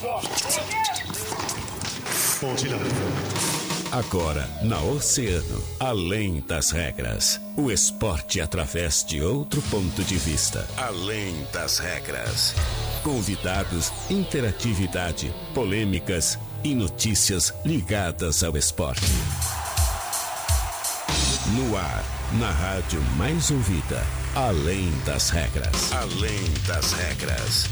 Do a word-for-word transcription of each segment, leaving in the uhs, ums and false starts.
Agora, na Oceano, além das regras. O esporte através de outro ponto de vista. Além das regras. Convidados, interatividade, polêmicas e notícias ligadas ao esporte. No ar, na rádio mais ouvida. Além das regras. Além das regras.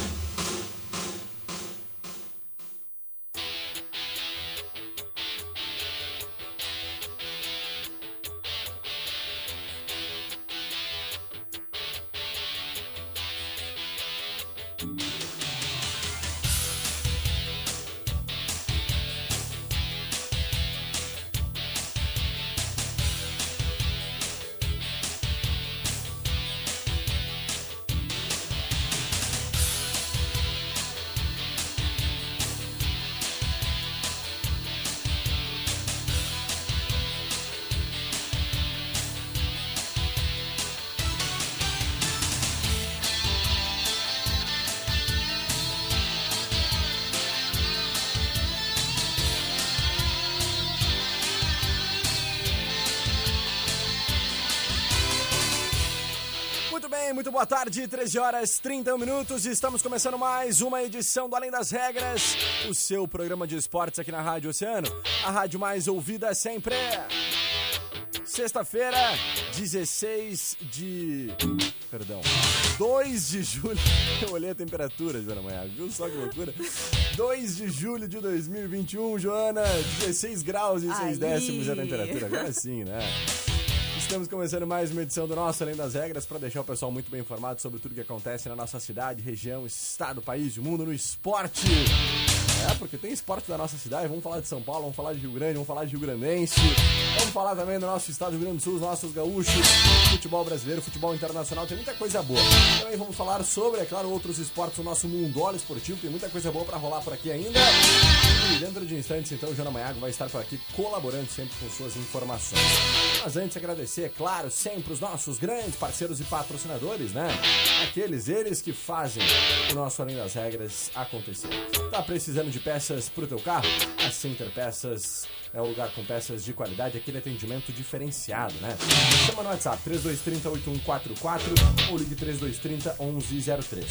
Muito boa tarde, treze horas e trinta e um minutos, estamos começando mais uma edição do Além das Regras, o seu programa de esportes aqui na Rádio Oceano, a rádio mais ouvida sempre. Sexta-feira, dezesseis de... Perdão, dois de julho, eu olhei a temperatura, Joana Manhago, viu só que loucura? dois de julho de dois mil e vinte e um, Joana, dezesseis graus e seis décimos a temperatura, agora sim, né? Estamos começando mais uma edição do nosso Além das Regras para deixar o pessoal muito bem informado sobre tudo que acontece na nossa cidade, região, estado, país e mundo no esporte. É, porque tem esporte da nossa cidade, vamos falar de São Paulo, vamos falar de Rio Grande, vamos falar de Rio Grandense, vamos falar também do nosso estado do Rio Grande do Sul, os nossos gaúchos, futebol brasileiro, futebol internacional, tem muita coisa boa. Também vamos falar sobre, é claro, outros esportes do nosso mundolo esportivo, tem muita coisa boa para rolar por aqui ainda. E dentro de instantes, então, o Joana Manhago vai estar por aqui colaborando sempre com suas informações. Mas antes, agradecer, é claro, sempre os nossos grandes parceiros e patrocinadores, né? Aqueles, eles que fazem o nosso Além das Regras acontecer. Tá precisando de peças pro teu carro? A Center Peças é o lugar com peças de qualidade, aquele atendimento diferenciado, né? Chama no WhatsApp três dois três zero oito um quatro quatro ou ligue três dois três zero um um zero três.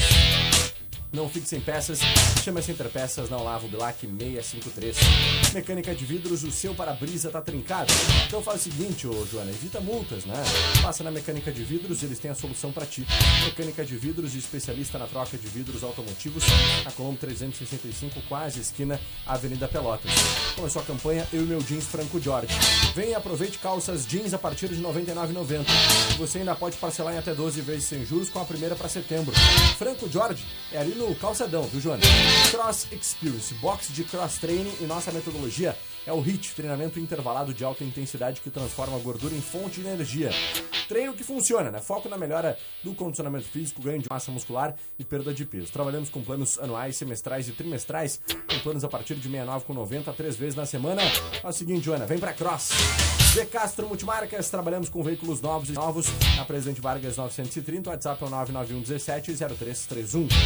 Não fique sem peças, chama a Center Peças na Olavo Bilac seiscentos e cinquenta e três. Mecânica de vidros, o seu para-brisa tá trincado? Então faz o seguinte, ô Joana, evita multas, né? Passa na Mecânica de Vidros, eles têm a solução para ti. Mecânica de Vidros, especialista na troca de vidros automotivos, na Colombo trezentos e sessenta e cinco, quase esquina Avenida Pelotas. Começou a campanha Eu e Meu Jeans Franco Jorge. Vem e aproveite calças jeans a partir de noventa e nove reais e noventa centavos. Você ainda pode parcelar em até doze vezes sem juros com a primeira para setembro. Franco Jorge é ali no calçadão, viu, Joana? Cross Experience, box de cross training, e nossa metodologia é o HIIT, treinamento intervalado de alta intensidade que transforma a gordura em fonte de energia. Treino que funciona, né? Foco na melhora do condicionamento físico, ganho de massa muscular e perda de peso. Trabalhamos com planos anuais, semestrais e trimestrais, com planos a partir de sessenta e nove reais e noventa centavos, três vezes na semana. É o seguinte, Joana, vem pra Cross. De Castro Multimarcas, trabalhamos com veículos novos e novos. Na Presidente Vargas novecentos e trinta, o WhatsApp é o nove nove um um sete zero três três um.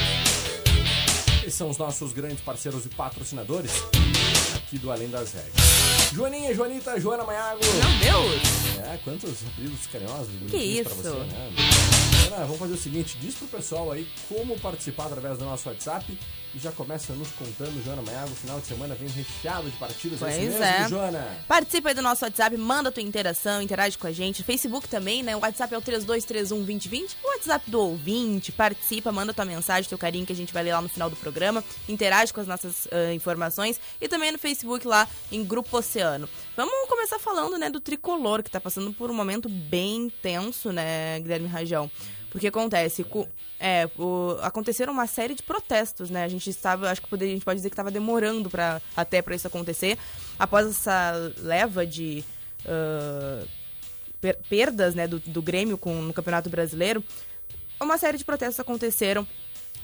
Esses são os nossos grandes parceiros e patrocinadores aqui do Além das Regras. Joaninha, Joanita, Joana Manhago. Meu Deus! É, quantos apelidos carinhosos, que isso? Pra você, né? Joana, vamos fazer o seguinte, diz pro pessoal aí como participar através do nosso WhatsApp e já começa nos contando, Joana Manhago, o final de semana vem recheado de partidas. Pois é isso mesmo, é. Joana? Participa aí do nosso WhatsApp, manda tua interação, interage com a gente. Facebook também, né? O WhatsApp é o três dois três um, dois zero dois zero. O WhatsApp do ouvinte, participa, manda tua mensagem, teu carinho, que a gente vai ler lá no final do programa. Interage com as nossas uh, informações. E também no Facebook lá, em Grupo Oceano. Vamos começar falando, né, do Tricolor, que tá passando por um momento bem tenso, né, Guilherme Rajão? Porque acontece, é, o, aconteceram uma série de protestos, né? A gente estava, acho que poderia, a gente pode dizer que estava demorando pra, até para isso acontecer. Após essa leva de uh, per, perdas, né, do, do Grêmio com, no Campeonato Brasileiro, uma série de protestos aconteceram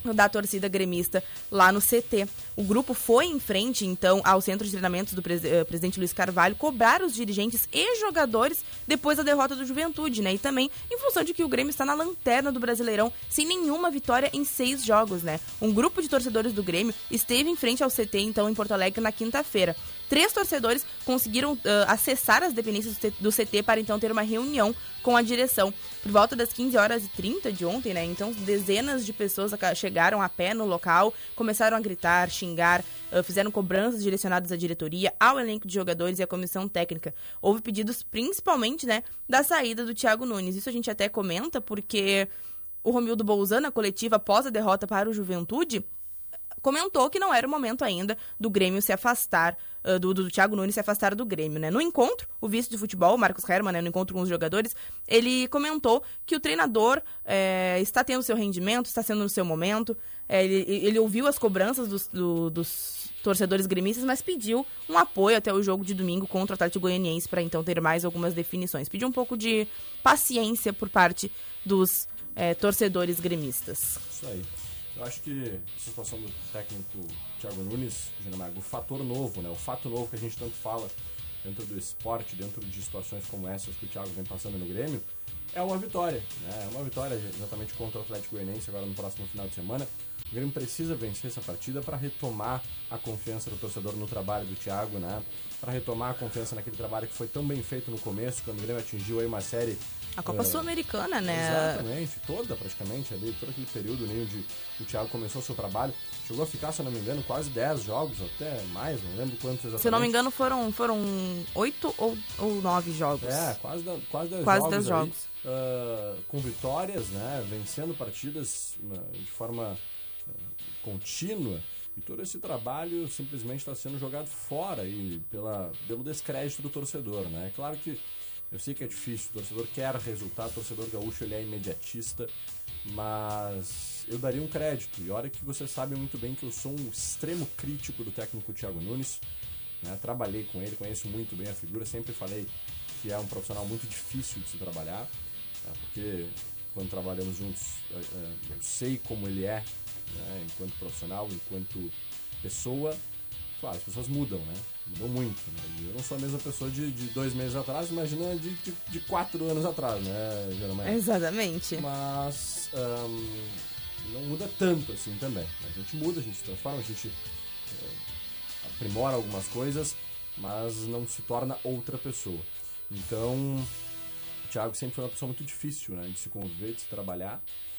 da torcida gremista lá no C T. O grupo foi em frente, então, ao centro de treinamentos do pres- uh, presidente Luiz Carvalho, cobrar os dirigentes e jogadores depois da derrota do Juventude, né? E também em função de que o Grêmio está na lanterna do Brasileirão, sem nenhuma vitória em seis jogos, né? Um grupo de torcedores do Grêmio esteve em frente ao C T, então, em Porto Alegre, na quinta-feira. Três torcedores conseguiram uh, acessar as dependências do C T para, então, ter uma reunião com a direção. Por volta das quinze horas e trinta de ontem, né? Então, dezenas de pessoas chegaram a pé no local, começaram a gritar, xingar, uh, fizeram cobranças direcionadas à diretoria, ao elenco de jogadores e à comissão técnica. Houve pedidos, principalmente, né, da saída do Thiago Nunes. Isso a gente até comenta porque o Romildo Bolzan, na coletiva após a derrota para o Juventude, comentou que não era o momento ainda do Grêmio se afastar, uh, do, do Thiago Nunes se afastar do Grêmio, né? No encontro, o vice de futebol, Marcos Hermann, né, no encontro com os jogadores, ele comentou que o treinador é, está tendo seu rendimento, está sendo no seu momento, é, ele, ele ouviu as cobranças dos, do, dos torcedores gremistas, mas pediu um apoio até o jogo de domingo contra o Atlético Goianiense para então ter mais algumas definições. Pediu um pouco de paciência por parte dos é, torcedores gremistas. Isso aí. Eu acho que a situação do técnico Thiago Nunes, o fator novo, né? O fato novo que a gente tanto fala dentro do esporte, dentro de situações como essas que o Thiago vem passando no Grêmio, é uma vitória, né? É uma vitória exatamente contra o Atlético Goianiense agora no próximo final de semana. O Grêmio precisa vencer essa partida para retomar a confiança do torcedor no trabalho do Thiago, né? Para retomar a confiança naquele trabalho que foi tão bem feito no começo, quando o Grêmio atingiu aí uma série... A Copa uh, Sul-Americana, né? Exatamente, toda praticamente, ali, todo aquele período né, onde o Thiago começou o seu trabalho. Chegou a ficar, se eu não me engano, quase dez jogos, até mais, não lembro quantos exatamente. Se eu não me engano, foram, foram oito ou, ou nove jogos. É, quase, da, quase dez quase jogos. dez jogos. Aí, uh, com vitórias, né? Vencendo partidas uh, de forma uh, contínua. E todo esse trabalho simplesmente está sendo jogado fora aí pela, pelo descrédito do torcedor, né? Claro que eu sei que é difícil, o torcedor quer resultado, o torcedor gaúcho ele é imediatista, mas eu daria um crédito. E olha que você sabe muito bem que eu sou um extremo crítico do técnico Thiago Nunes, né? Trabalhei com ele, conheço muito bem a figura, sempre falei que é um profissional muito difícil de se trabalhar, né? Porque quando trabalhamos juntos eu sei como ele é, né? Enquanto profissional, enquanto pessoa. Claro, as pessoas mudam, né? Mudou muito, né? Eu não sou a mesma pessoa de, de dois meses atrás, imagina de, de, de quatro anos atrás, né, Jeromel? Exatamente. Mas um, não muda tanto assim também. A gente muda, a gente se transforma, a gente uh, aprimora algumas coisas, mas não se torna outra pessoa. Então, o Thiago sempre foi uma pessoa muito difícil, né? De se conviver, de se trabalhar.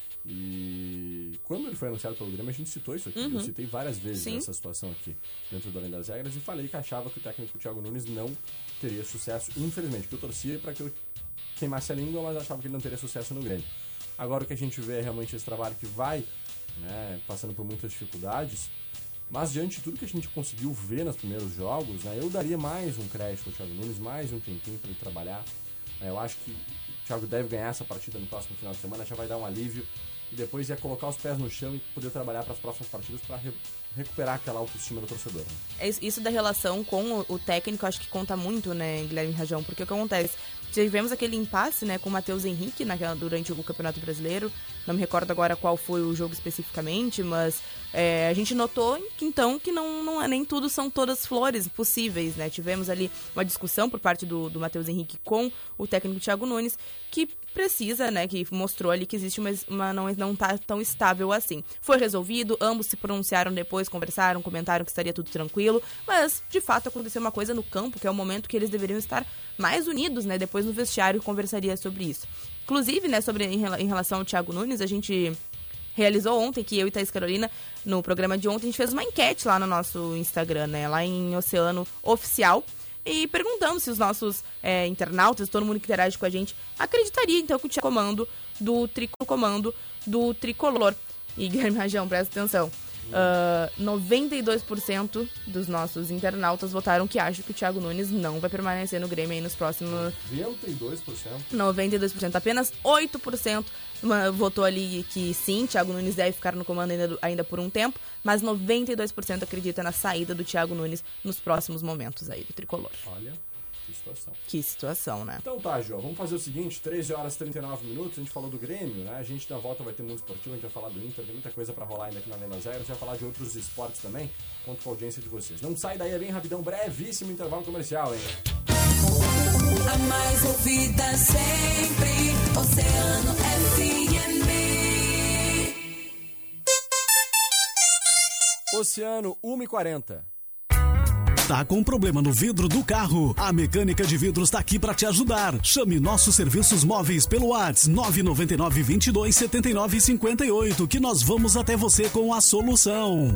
E quando ele foi anunciado pelo Grêmio, a gente citou isso aqui. Uhum. Eu citei várias vezes Sim. essa situação aqui dentro do Além das Regras e falei que achava que o técnico Thiago Nunes não teria sucesso, infelizmente, porque eu torcia para que eu queimasse a língua, mas achava que ele não teria sucesso no Grêmio. Agora o que a gente vê é realmente esse trabalho que vai, né, passando por muitas dificuldades, mas diante de tudo que a gente conseguiu ver nos primeiros jogos, né, eu daria mais um crédito ao Thiago Nunes, mais um tempinho para ele trabalhar. Eu acho que o Thiago deve ganhar essa partida no próximo final de semana, já vai dar um alívio. E depois ia colocar os pés no chão e poder trabalhar para as próximas partidas para re- recuperar aquela autoestima do torcedor. Né? Isso da relação com o, o técnico, acho que conta muito, né, Guilherme Rajão? Porque o que acontece? Tivemos aquele impasse, né, com o Matheus Henrique naquela, durante o Campeonato Brasileiro. Não me recordo agora qual foi o jogo especificamente, mas é, a gente notou que então que não, não é, nem tudo são todas flores possíveis, né? Tivemos ali uma discussão por parte do, do Matheus Henrique com o técnico Thiago Nunes, que precisa, né, que mostrou ali que existe uma, uma não, não tá tão estável assim. Foi resolvido, ambos se pronunciaram depois, conversaram, comentaram que estaria tudo tranquilo, mas de fato aconteceu uma coisa no campo, que é o momento que eles deveriam estar mais unidos, né? Depois no vestiário conversaria sobre isso. Inclusive, né, sobre, em, em relação ao Thiago Nunes, a gente realizou ontem, que eu e Thaís Carolina, no programa de ontem, a gente fez uma enquete lá no nosso Instagram, né, lá em Oceano Oficial, e perguntando se os nossos é, internautas, todo mundo que interage com a gente, acreditaria, então, que o Thiago comando do, tri- comando do Tricolor. E, Guilherme Rajão, presta atenção, uh, noventa e dois por cento dos nossos internautas votaram que acham que o Thiago Nunes não vai permanecer no Grêmio aí nos próximos... noventa e dois por cento? noventa e dois por cento. Apenas oito por cento votou ali que sim, Thiago Nunes deve ficar no comando ainda, ainda por um tempo, mas noventa e dois por cento acredita na saída do Thiago Nunes nos próximos momentos aí do Tricolor. Olha, Que situação. Que situação, né? Então tá, Jô, vamos fazer o seguinte, treze horas e trinta e nove minutos, a gente falou do Grêmio, né? A gente na volta vai ter mundo esportivo, a gente vai falar do Inter, tem muita coisa pra rolar ainda aqui na Além das Regras, a gente vai falar de outros esportes também, conto com a audiência de vocês. Não sai daí, é bem rapidão, brevíssimo intervalo comercial, hein? A mais ouvida sempre, Oceano F M. Oceano, uma e quarenta. Tá com problema no vidro do carro? A Mecânica de Vidros tá aqui para te ajudar. Chame nossos serviços móveis pelo WhatsApp nove nove nove, vinte e dois, setenta e nove, cinquenta e oito que nós vamos até você com a solução.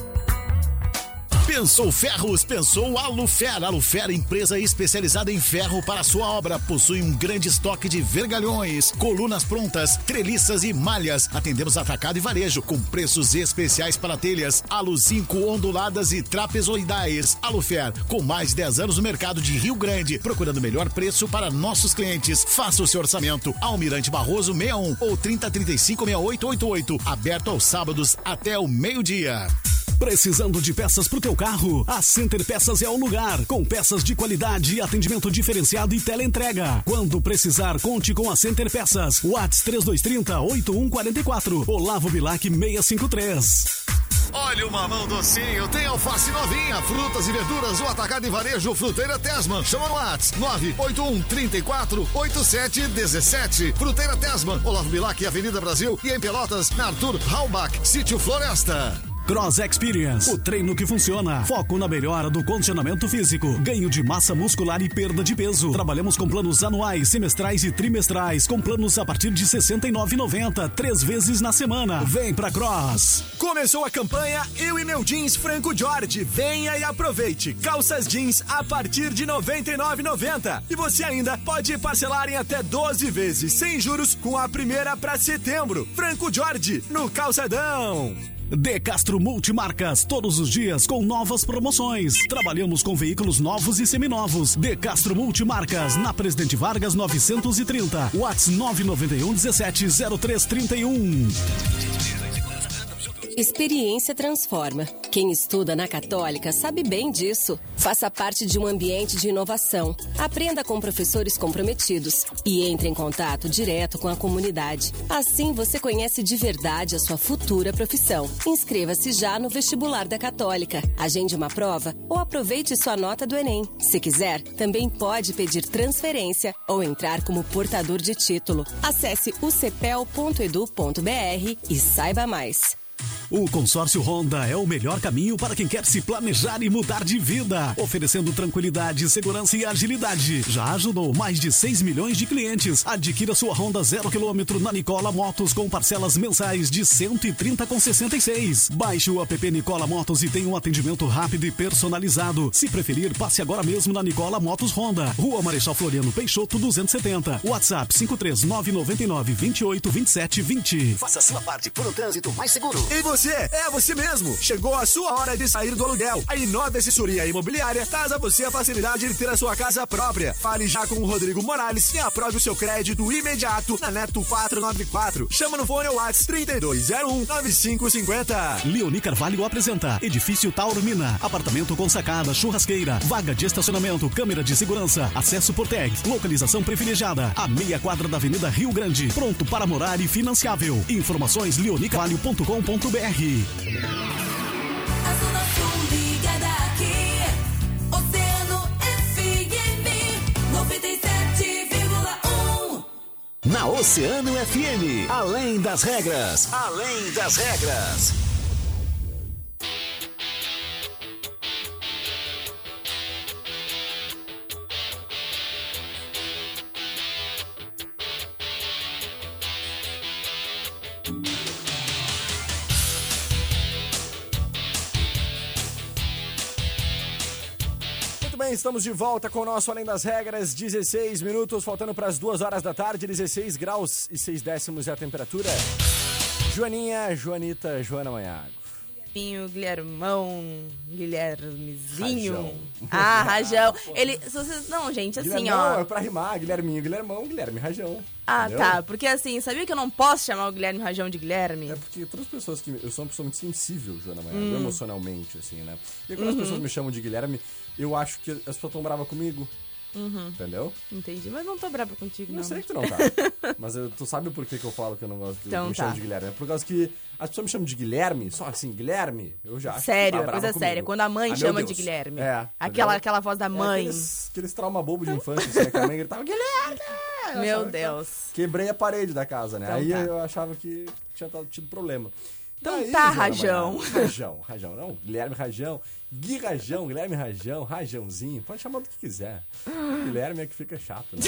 Pensou Ferros? Pensou Alufer. Alufer, empresa especializada em ferro para sua obra. Possui um grande estoque de vergalhões, colunas prontas, treliças e malhas. Atendemos atacado e varejo, com preços especiais para telhas, Alu cinco onduladas e trapezoidais. Alufer, com mais de dez anos no mercado de Rio Grande, procurando o melhor preço para nossos clientes. Faça o seu orçamento. Almirante Barroso sessenta e um ou trinta, trinta e cinco, sessenta e oito oitenta e oito. Aberto aos sábados até o meio-dia. Precisando de peças pro teu carro? A Center Peças é o lugar, com peças de qualidade, atendimento diferenciado e teleentrega. Quando precisar, conte com a Center Peças. WhatsApp três dois três zero, oito um quatro quatro. Olavo Bilac seiscentos e cinquenta e três. Olha o mamão docinho, tem alface novinha, frutas e verduras, o atacado e varejo Fruteira Tesman. Chama no WhatsApp nove oito um, trinta e quatro, oitenta e sete dezessete. Fruteira Tesman, Olavo Bilac, Avenida Brasil e em Pelotas, na Arthur Halbach, Sítio Floresta. Cross Experience, o treino que funciona. Foco na melhora do condicionamento físico, ganho de massa muscular e perda de peso. Trabalhamos com planos anuais, semestrais e trimestrais, com planos a partir de sessenta e nove reais e noventa centavos, três vezes na semana. Vem pra Cross. Começou a campanha Eu e Meu Jeans Franco Jorge. Venha e aproveite. Calças jeans a partir de noventa e nove reais e noventa centavos. E você ainda pode parcelar em até doze vezes, sem juros, com a primeira pra setembro. Franco Jorge, no Calçadão. De Castro Multimarcas, todos os dias com novas promoções. Trabalhamos com veículos novos e seminovos. De Castro Multimarcas, na Presidente Vargas novecentos e trinta. WhatsApp nove nove um, dezessete, zero três trinta e um. Experiência transforma. Quem estuda na Católica sabe bem disso. Faça parte de um ambiente de inovação. Aprenda com professores comprometidos e entre em contato direto com a comunidade. Assim você conhece de verdade a sua futura profissão. Inscreva-se já no vestibular da Católica. Agende uma prova ou aproveite sua nota do Enem. Se quiser, também pode pedir transferência ou entrar como portador de título. Acesse u c p e l ponto e d u ponto b r e saiba mais. O consórcio Honda é o melhor caminho para quem quer se planejar e mudar de vida, oferecendo tranquilidade, segurança e agilidade. Já ajudou mais de seis milhões de clientes. Adquira sua Honda zero quilômetro na Nicola Motos com parcelas mensais de cento e trinta reais e sessenta e seis. Baixe o app Nicola Motos e tenha um atendimento rápido e personalizado. Se preferir, passe agora mesmo na Nicola Motos Honda, Rua Marechal Floriano Peixoto duzentos e setenta. WhatsApp cinco três nove nove nove, vinte e oito, vinte e sete, vinte. Faça a sua parte por um trânsito mais seguro. E você, é você mesmo. Chegou a sua hora de sair do aluguel. A Inova Assessoria Imobiliária traz a você a facilidade de ter a sua casa própria. Fale já com o Rodrigo Morales e aprove o seu crédito imediato na Neto quatrocentos e noventa e quatro. Chama no fone WhatsApp trinta e dois zero um, nove cinco cinco zero. Leoni Carvalho apresenta Edifício Tauro Mina. Apartamento com sacada, churrasqueira, vaga de estacionamento, câmera de segurança, acesso por tag, localização privilegiada, a meia quadra da Avenida Rio Grande. Pronto para morar e financiável. Informações leoni carvalho ponto com ponto b r. A Zona Sul ligada aqui, Oceano F M noventa e sete vírgula um. Na Oceano F M, além das regras, além das regras. Bem, estamos de volta com o nosso Além das Regras, dezesseis minutos, faltando para as duas horas da tarde, dezesseis graus e seis décimos é a temperatura. Joaninha, Joanita, Joana Manhago. Pinho, Guilhermão, Guilhermezinho. Rajão. Ah, Rajão. Ele, se você, não, gente, assim, Guilhermão, ó. é pra rimar, Guilherminho, Guilhermão, Guilherme Rajão. Ah, entendeu? tá, porque assim, sabia que eu não posso chamar o Guilherme Rajão de Guilherme? É porque todas as pessoas que... Eu sou uma pessoa muito sensível, Joana Manhago, Hum. emocionalmente, assim, né? E quando Uhum. as pessoas me chamam de Guilherme, eu acho que as pessoas estão bravas comigo. Uhum. Entendeu? Entendi, mas não tô brava contigo, não. Eu sei que tu não tá. Mas eu, tu sabe por que, que eu falo que eu não gosto de Então me tá. chamar de Guilherme? É por causa que as pessoas me chamam de Guilherme, só assim, Guilherme, eu já acho Sério, que é tá coisa brava séria. comigo. Quando a mãe Ah, meu chama Deus. de Guilherme. É, Aquela, entendeu? aquela voz da É mãe. aqueles, aqueles trauma bobo de infância, assim, né, que a mãe gritava, Guilherme! Eu Meu achava que Deus. tava- Quebrei a parede da casa, né? Então Aí tá. eu achava que tinha tado- tido problema. Então Daí, tá, Joana Rajão. Manhã, Rajão, Rajão, não, Guilherme Rajão, Gui Rajão, Guilherme Rajão, Rajãozinho, pode chamar do que quiser. Guilherme é que fica chato, né?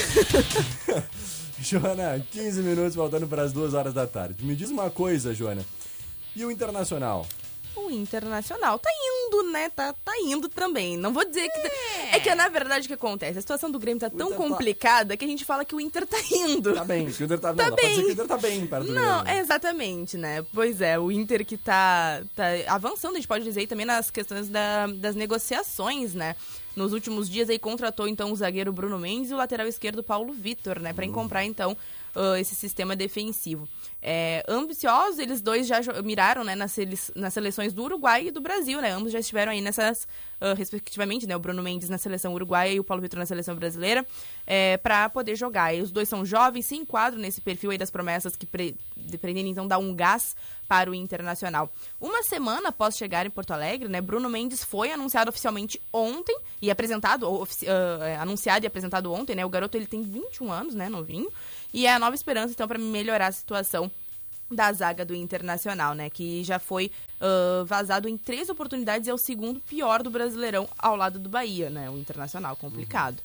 Joana, quinze minutos faltando para as duas horas da tarde. Me diz uma coisa, Joana, e o Internacional? O Internacional tá indo, né? Tá, tá indo também. Não vou dizer que... É. é que, na verdade, o que acontece? A situação do Grêmio tá tão Inter tá- complicada que a gente fala que o Inter tá indo. Tá bem, que o Inter tá, Tá não, dá pra bem. dizer que o Inter tá bem perto do Não, Grêmio. exatamente, né? Pois é, o Inter que tá, tá avançando, a gente pode dizer, também nas questões da- das negociações, né? Nos últimos dias aí contratou, então, o zagueiro Bruno Mendes e o lateral esquerdo Paulo Vitor, né? Pra Uhum. comprar, então, uh, esse sistema defensivo. É, ambiciosos, eles dois já jo- miraram, né, nas, sele- nas seleções do Uruguai e do Brasil, né? Ambos já estiveram aí nessas, uh, respectivamente, né? O Bruno Mendes na seleção uruguaia e o Paulo Vitor na seleção brasileira, é, para poder jogar. E os dois são jovens, se enquadram nesse perfil aí das promessas que pre- de- pretendem, então, dar um gás para o Internacional. Uma semana após chegar em Porto Alegre, né? Bruno Mendes foi anunciado oficialmente ontem e apresentado, ou, ofici- uh, é, anunciado e apresentado ontem, né? O garoto, ele tem vinte e um anos, né? Novinho. E é a nova esperança, então, para melhorar a situação da zaga do Internacional, né? Que já foi uh, vazado em três oportunidades e é o segundo pior do Brasileirão ao lado do Bahia, né? O Internacional, complicado.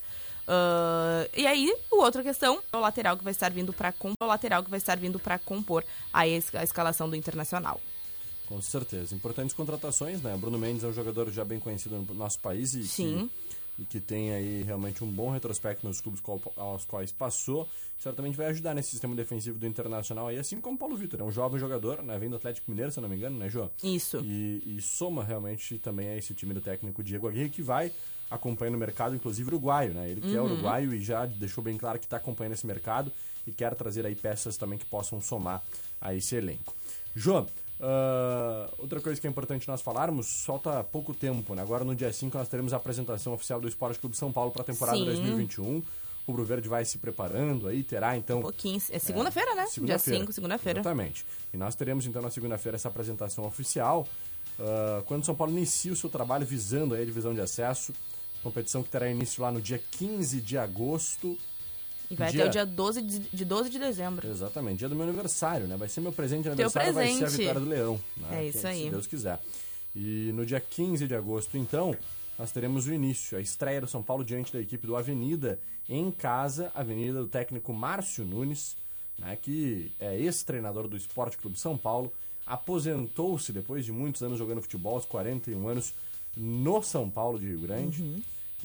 Uh, e aí, a outra questão é o lateral que vai estar vindo para compor, o lateral que vai estar vindo para compor a, es- a escalação do Internacional. Com certeza. Importantes contratações, né? O Bruno Mendes é um jogador já bem conhecido no nosso país e Sim. que, e que tem aí realmente um bom retrospecto nos clubes qual- aos quais passou. Certamente vai ajudar nesse sistema defensivo do Internacional aí, assim como o Paulo Vitor. É um jovem jogador, né? Vem do Atlético Mineiro, se eu não me engano, né, Jô? Isso. E, e soma realmente também a esse time do técnico Diego Aguirre, que vai acompanhando o mercado, inclusive uruguaio, né? Ele que é uruguaio e já deixou bem claro que está acompanhando esse mercado e quer trazer aí peças também que possam somar a esse elenco. Jô, ah, outra coisa que é importante nós falarmos, falta pouco tempo, né? Agora no dia cinco nós teremos a apresentação oficial do Esporte Clube São Paulo para a temporada Sim. dois mil e vinte e um. O Rubro Verde vai se preparando aí, terá então... Um pouquinho. É segunda-feira, né? Segunda-feira. Dia cinco, segunda-feira. Exatamente. E nós teremos então na segunda-feira essa apresentação oficial, ah, quando o São Paulo inicia o seu trabalho visando aí a divisão de acesso, competição que terá início lá no dia quinze de agosto. E vai Dia- até o dia doze de, de doze de dezembro. Exatamente, dia do meu aniversário, né? Vai ser meu presente de Teu aniversário, vai ser a presente. vitória do Leão. Né? É isso Quem- aí. Se Deus quiser. E no dia quinze de agosto, então, nós teremos o início, a estreia do São Paulo diante da equipe do Avenida, em casa, Avenida do técnico Márcio Nunes, né, que é ex-treinador do Esporte Clube São Paulo, aposentou-se depois de muitos anos jogando futebol, aos quarenta e um anos, no São Paulo de Rio Grande. Uhum.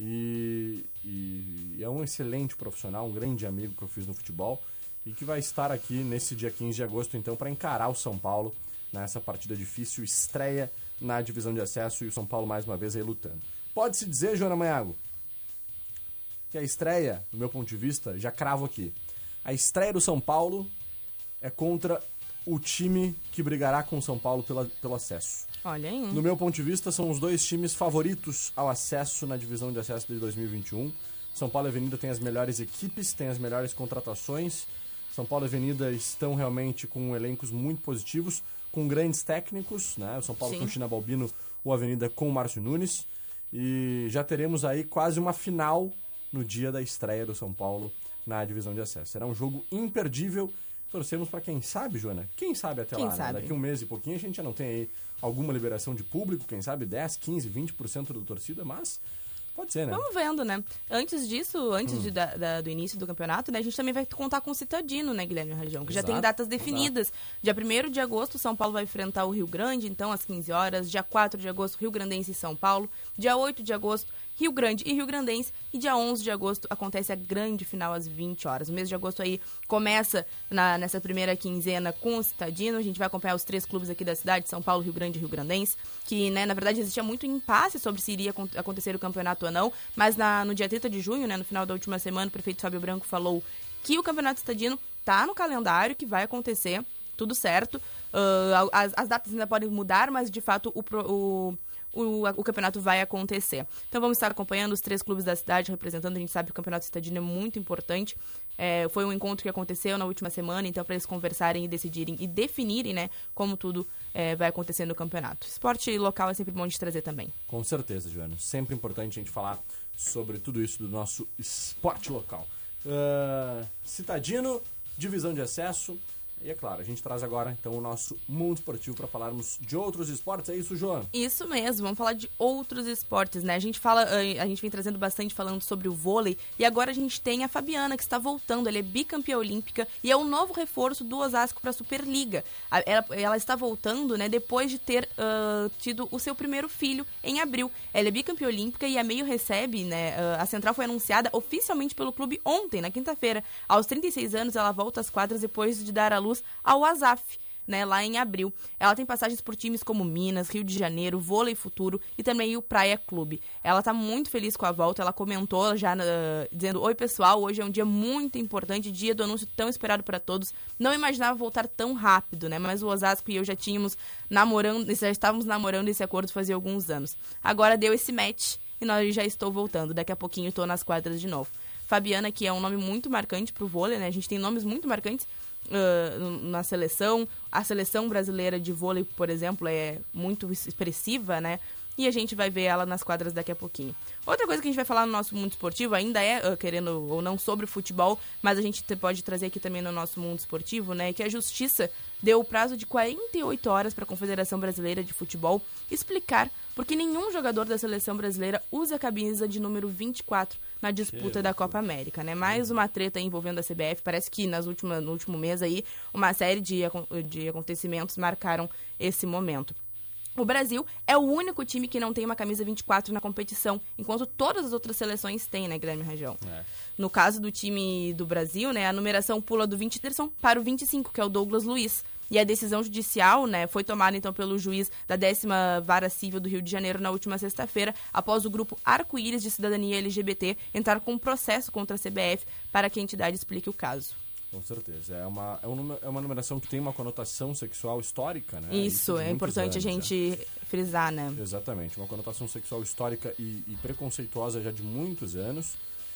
E, e é um excelente profissional, um grande amigo que eu fiz no futebol e que vai estar aqui nesse dia quinze de agosto, então, para encarar o São Paulo nessa partida difícil, estreia na divisão de acesso e o São Paulo mais uma vez aí lutando. Pode-se dizer, Joana Manhago, que a estreia, do meu ponto de vista, já cravo aqui, a estreia do São Paulo é contra o time que brigará com o São Paulo pela, pelo acesso. Olha aí. No meu ponto de vista, são os dois times favoritos ao acesso na divisão de acesso de dois mil e vinte e um. São Paulo e Avenida tem as melhores equipes, tem as melhores contratações. São Paulo e Avenida estão realmente com elencos muito positivos, com grandes técnicos, né? O São Paulo Sim. com China Balbino, o Avenida com o Márcio Nunes. E já teremos aí quase uma final no dia da estreia do São Paulo na divisão de acesso. Será um jogo imperdível. Torcemos para quem sabe, Joana? Quem sabe até Quem lá, né? sabe? Daqui um mês e pouquinho a gente já não tem aí alguma liberação de público, quem sabe dez, quinze, vinte por cento da torcida, mas pode ser, né? Vamos vendo, né? Antes disso, antes Hum. de, da, da- do início do campeonato, né, a gente também vai contar com o Citadino, né, Guilherme Rajão? Que já Exato, tem datas definidas. Dia primeiro de agosto, São Paulo vai enfrentar o Rio Grande, então, às quinze horas. Dia quatro de agosto, Rio Grandense e São Paulo. Dia oito de agosto, Rio Grande e Rio Grandense. E dia onze de agosto acontece a grande final às vinte horas. O mês de agosto aí começa na, nessa primeira quinzena com o Citadino. A gente vai acompanhar os três clubes aqui da cidade, São Paulo, Rio Grande e Rio Grandense, que, né, na verdade, existia muito impasse sobre se iria acon- acontecer o campeonato ou não, mas na, no dia trinta de junho, né, no final da última semana, o prefeito Fábio Branco falou que o campeonato citadino tá no calendário, que vai acontecer, tudo certo. Uh, as, as datas ainda podem mudar, mas, de fato, o... Pro, o o, o campeonato vai acontecer. Então vamos estar acompanhando os três clubes da cidade representando. A gente sabe que o campeonato citadino é muito importante. É, foi um encontro que aconteceu na última semana, então para eles conversarem e decidirem e definirem, né, como tudo é, vai acontecer no campeonato. Esporte local é sempre bom de trazer também. Com certeza, Joana. Sempre importante a gente falar sobre tudo isso do nosso esporte local. Uh, citadino, divisão de acesso. E é claro, a gente traz agora, então, o nosso mundo esportivo para falarmos de outros esportes. É isso, Joana? Isso mesmo, vamos falar de outros esportes, né? A gente fala, a gente vem trazendo bastante falando sobre o vôlei, e agora a gente tem a Fabiana, que está voltando. Ela é bicampeã olímpica e é o novo reforço do Osasco para a Superliga. Ela, ela está voltando, né, depois de ter uh, tido o seu primeiro filho em abril. Ela é bicampeã olímpica e a Meio recebe, né, uh, a central foi anunciada oficialmente pelo clube ontem, na quinta-feira. Aos trinta e seis anos, ela volta às quadras depois de dar à luz ao A S A F, né, lá em abril. Ela tem passagens por times como Minas, Rio de Janeiro, Vôlei Futuro e também o Praia Clube. Ela tá muito feliz com a volta, ela comentou já uh, dizendo: oi pessoal, hoje é um dia muito importante, dia do anúncio tão esperado para todos. Não imaginava voltar tão rápido, né, mas o Osasco e eu já tínhamos namorando, já estávamos namorando esse acordo fazia alguns anos. Agora deu esse match e nós já estou voltando, daqui a pouquinho estou nas quadras de novo. Fabiana, que é um nome muito marcante pro vôlei, né, a gente tem nomes muito marcantes Uh, na seleção. A seleção brasileira de vôlei, por exemplo, é muito expressiva, né? E a gente vai ver ela nas quadras daqui a pouquinho. Outra coisa que a gente vai falar no nosso mundo esportivo ainda é, uh, querendo ou não, sobre futebol, mas a gente te, pode trazer aqui também no nosso mundo esportivo, né? Que a Justiça deu o prazo de quarenta e oito horas para a Confederação Brasileira de Futebol explicar por que nenhum jogador da seleção brasileira usa a camisa de número vinte e quatro na disputa que da Copa América, né? Mais uma treta envolvendo a C B F. Parece que nas últimas, no último mês aí, uma série de, de acontecimentos marcaram esse momento. O Brasil é o único time que não tem uma camisa vinte e quatro na competição, enquanto todas as outras seleções têm, né, Guilherme Rajão? É. No caso do time do Brasil, né, a numeração pula do vinte para o vinte e cinco, que é o Douglas Luiz. E a decisão judicial, né, foi tomada então pelo juiz da décima Vara Civil do Rio de Janeiro na última sexta-feira, após o grupo Arco-Íris de Cidadania L G B T entrar com um processo contra a C B F para que a entidade explique o caso. Com certeza. É uma, é, uma, é uma numeração que tem uma conotação sexual histórica, né? Isso, Isso é importante anos, a gente é. frisar, né? Exatamente. Uma conotação sexual histórica e, e preconceituosa já de muitos anos.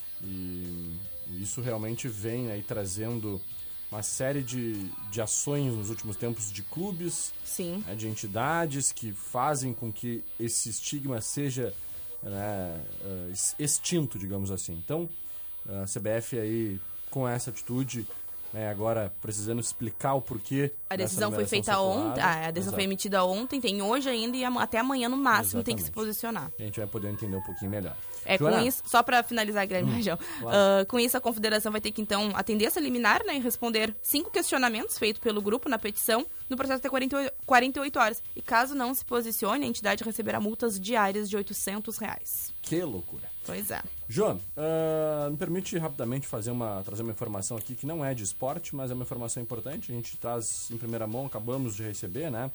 E isso realmente vem aí trazendo uma série de, de ações nos últimos tempos de clubes, Sim. Né, de entidades que fazem com que esse estigma seja, né, extinto, digamos assim. Então, a C B F aí, com essa atitude, né, agora precisando explicar o porquê. A decisão foi feita ontem, ah, a decisão Exato. foi emitida ontem, tem hoje ainda e até amanhã no máximo Exatamente. tem que se posicionar. E a gente vai poder entender um pouquinho melhor. É, Joana? Com isso, só para finalizar, Guilherme hum, Rajão, claro. uh, com isso a Confederação vai ter que então atender essa liminar, né, e responder cinco questionamentos feitos pelo grupo na petição no processo até quarenta e oito horas. E caso não se posicione, a entidade receberá multas diárias de oitocentos reais. Que loucura. Pois é. João, uh, me permite rapidamente fazer uma, trazer uma informação aqui que não é de esporte, mas é uma informação importante. A gente traz em primeira mão, acabamos de receber, né?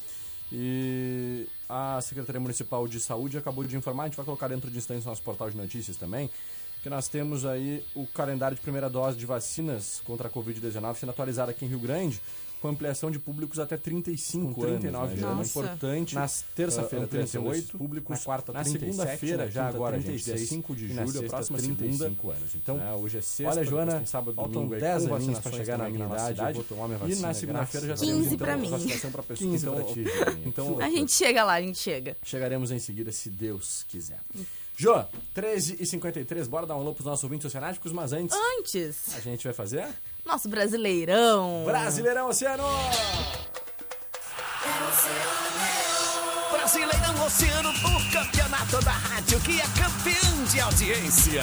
E a Secretaria Municipal de Saúde acabou de informar, a gente vai colocar dentro de instantes no nosso portal de notícias também, que nós temos aí o calendário de primeira dose de vacinas contra a covid dezenove sendo atualizado aqui em Rio Grande, com ampliação de públicos até trinta e cinco anos, trinta e nove anos. Importante. Na terça-feira, uh, trinta e oito, públicos, na quarta, na segunda-feira, já agora, gente, dia cinco de julho, a próxima trinta e cinco anos. Então, é, hoje é sexta, olha, Joana, sábado, faltam dez aninhos para chegar na minha idade, vou tomar minha vacina. E na segunda-feira já temos quinze para mim. Vacinação para pessoas. quinze para ti, então, a gente chega lá, a gente chega. Chegaremos em seguida, se Deus quiser. Jô, treze e cinquenta e três, bora dar um alô pros nossos ouvintes oceanáticos, mas antes... Antes! A gente vai fazer... Nosso Brasileirão! Brasileirão Oceano! Brasileirão Oceano, o campeonato da rádio que é campeão de audiência.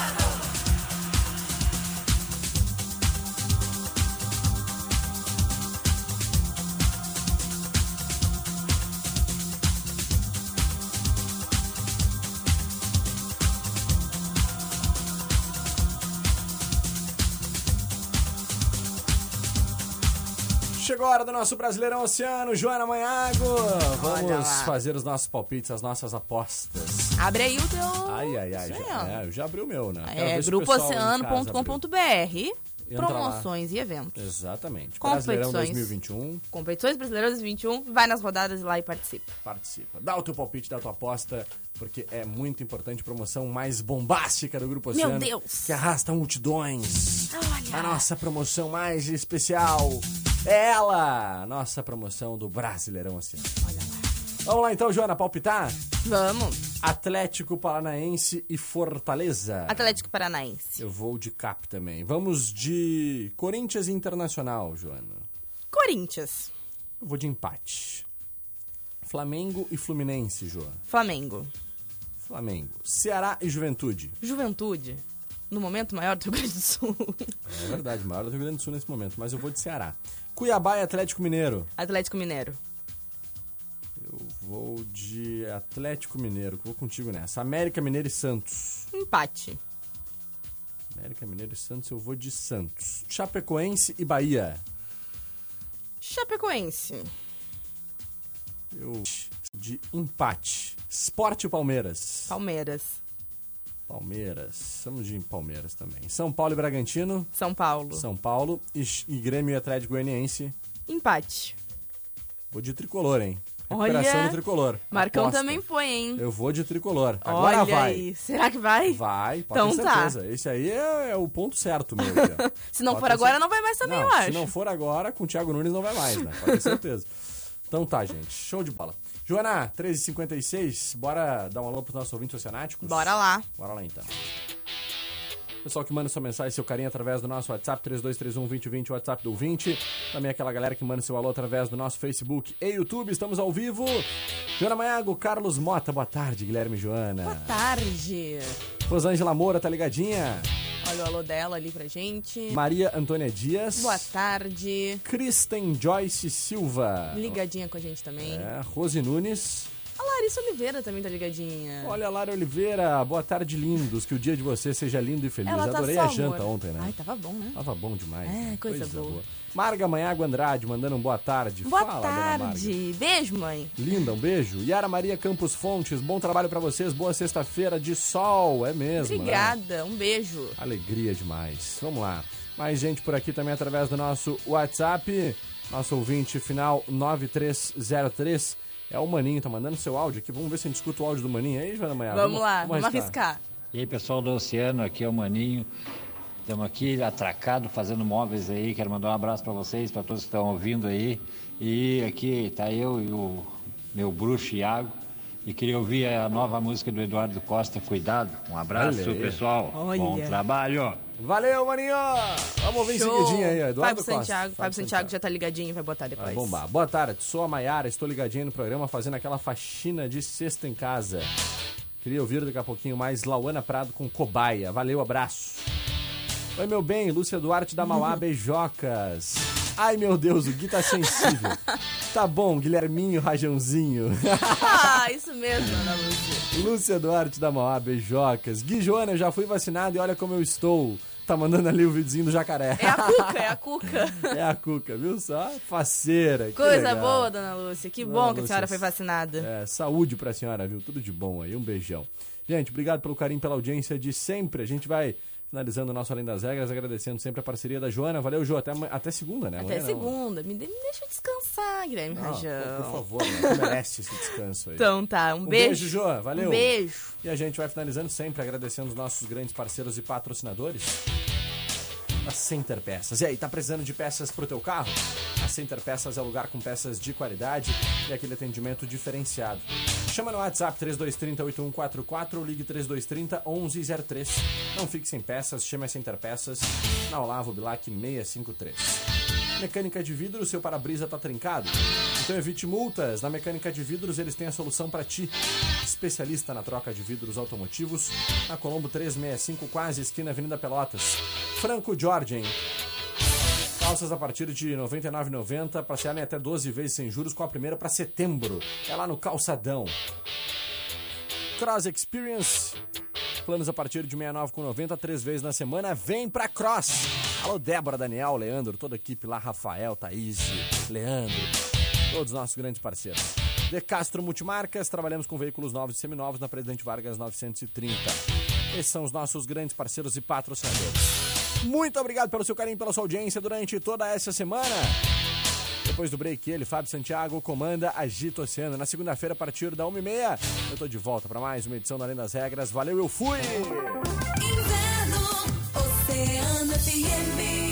Chegou a hora do nosso Brasileirão Oceano, Joana Manhago. Vamos fazer os nossos palpites, as nossas apostas. Abre aí o teu... Ai, ai, ai. Já, é, eu já abri o meu, né? É, grupo oceano ponto com ponto b r. Entra promoções lá. e eventos. Exatamente. Competições. Brasileirão dois mil e vinte e um. Competições Brasileiras dois mil e vinte e um, vai nas rodadas lá e participa. Participa. Dá o teu palpite, dá a tua aposta, porque é muito importante. Promoção mais bombástica do Grupo Oceano. Meu Deus! Que arrasta multidões. Olha. A nossa promoção mais especial é ela. Nossa promoção do Brasileirão Oceano. Olha lá. Vamos lá então, Joana, palpitar? Vamos. Atlético Paranaense e Fortaleza. Atlético Paranaense. Eu vou de Cap também. Vamos de Corinthians e Internacional, Joana. Corinthians. Eu vou de empate. Flamengo e Fluminense, Joana. Flamengo. Flamengo. Ceará e Juventude. Juventude. No momento maior do Rio Grande do Sul. É verdade, maior do Rio Grande do Sul nesse momento, mas eu vou de Ceará. Cuiabá e Atlético Mineiro. Atlético Mineiro. Eu vou de Atlético Mineiro, vou contigo nessa. América Mineiro e Santos. Empate. América Mineiro e Santos, eu vou de Santos. Chapecoense e Bahia. Chapecoense. Eu de empate. Sport e Palmeiras. Palmeiras. Palmeiras. Vamos de Palmeiras também. São Paulo e Bragantino. São Paulo. São Paulo. E, e Grêmio e Atlético Goianiense. Empate. Vou de tricolor, hein? Recuperação Olha, do tricolor. Marcão Aposta. também foi, hein? Eu vou de tricolor. Agora Olha vai. aí. Será que vai? Vai, pode Então ter tá. certeza. Esse aí é, é o ponto certo meu. Aqui, Se não pode for ter agora, certeza. não vai mais também, não, eu acho. Se não for agora, com o Thiago Nunes não vai mais, né? Pode ter certeza. Então tá, gente. Show de bola. Joana, treze e cinquenta e seis, bora dar um alô pros nossos ouvintes oceanáticos? Bora lá. Bora lá, então. Pessoal que manda sua mensagem, seu carinho através do nosso WhatsApp, três dois três um, dois zero dois zero, WhatsApp do ouvinte. Também aquela galera que manda seu alô através do nosso Facebook e YouTube. Estamos ao vivo. Joana Maiago, Carlos Mota, boa tarde, Guilherme e Joana. Boa tarde. Rosângela Moura, tá ligadinha? Olha o alô dela ali pra gente. Maria Antônia Dias. Boa tarde. Kristen Joyce Silva. Ligadinha com a gente também. É, Rose Nunes. A Larissa Oliveira também tá ligadinha. Olha, Lara Oliveira, boa tarde, lindos. Que o dia de você seja lindo e feliz. Ela tá Adorei só a janta amor. ontem, né? Ai, tava bom, né? Tava bom demais. É, né? coisa boa. Marga Manhago Andrade, mandando um boa tarde. Boa Fala, dona Marga. tarde. Beijo, mãe. Linda, um beijo. Yara Maria Campos Fontes, bom trabalho pra vocês. Boa sexta-feira de sol, é mesmo. Obrigada, Né? um beijo. Alegria demais. Vamos lá. Mais gente por aqui também através do nosso WhatsApp. Nosso ouvinte final nove três zero três. É o Maninho, tá mandando seu áudio aqui. Vamos ver se a gente escuta o áudio do Maninho aí, Joana Manhago. Vamos, vamos lá, vamos arriscar. E aí, pessoal do Oceano, aqui é o Maninho. Estamos aqui atracado, fazendo móveis aí. Quero mandar um abraço para vocês, para todos que estão ouvindo aí. E aqui tá eu e o meu bruxo Iago. E queria ouvir a nova música do Eduardo Costa, Cuidado. Um abraço, Olha aí. pessoal. Olha. Bom trabalho. Valeu, Maninho! Vamos ouvir em Show. seguidinha aí, Eduardo Fábio Costa. Santiago, Fábio Santiago já tá ligadinho, vai botar depois. Vai bombar. Boa tarde, sou a Maiara, estou ligadinha no programa fazendo aquela faxina de sexta em casa. Queria ouvir daqui a pouquinho mais Lauana Prado com Cobaia. Valeu, abraço. Oi, meu bem, Lúcia Duarte da Mauá, beijocas. Ai, meu Deus, o Gui tá sensível. Tá bom, Guilherminho Rajãozinho. Ah, isso mesmo, Ana Lúcia. Lúcia Duarte da Mauá, beijocas. Gui Joana, eu já fui vacinado e olha como eu estou. Tá mandando ali o videozinho do jacaré. É a Cuca, é a Cuca. É a Cuca, viu só? Faceira. que Coisa legal. boa, Dona Lúcia. Que Dona bom que a Lúcia, senhora foi vacinada. É, saúde pra senhora, viu? Tudo de bom aí. Um beijão. Gente, obrigado pelo carinho, pela audiência de sempre. A gente vai finalizando o nosso Além das Regras, agradecendo sempre a parceria da Joana. Valeu, Jo. Até, até segunda, né? Até Amanhã segunda. Me, de- me deixa descansar, Guilherme não. Rajão. Não, por favor, né? Tu merece esse descanso aí. Então tá, um, Um beijo. beijo, Jo. Valeu. Um beijo. E a gente vai finalizando sempre agradecendo os nossos grandes parceiros e patrocinadores. A Center Peças. E aí, tá precisando de peças pro teu carro? A Center Peças é o lugar com peças de qualidade e aquele atendimento diferenciado. Chama no WhatsApp três dois três zero, oito um quatro quatro ou ligue três dois três zero, onze zero três. Não fique sem peças, chame a Center Peças na Olavo Bilac seiscentos e cinquenta e três. Mecânica de vidro, seu para-brisa tá trincado? Então evite multas. Na Mecânica de Vidros eles têm a solução para ti. Especialista na troca de vidros automotivos, na Colombo trezentos e sessenta e cinco, quase esquina Avenida Pelotas. Franco Jorgen. Calças a partir de noventa e nove reais e noventa centavos, parcelarem até doze vezes sem juros, com a primeira para setembro. É lá no Calçadão. Cross Experience. Planos a partir de sessenta e nove reais e noventa centavos, três vezes na semana. Vem pra Cross. Alô, Débora, Daniel, Leandro, toda a equipe lá, Rafael, Thaís, Leandro, todos os nossos grandes parceiros. De Castro Multimarcas, trabalhamos com veículos novos e seminovos na Presidente Vargas novecentos e trinta. Esses são os nossos grandes parceiros e patrocinadores. Muito obrigado pelo seu carinho, pela sua audiência durante toda essa semana. Depois do break, ele, Fábio Santiago, comanda Agita Oceano. Na segunda-feira, a partir da uma e meia, eu tô de volta para mais uma edição da Além das Regras. Valeu, eu fui! Inverno, Oceano F M.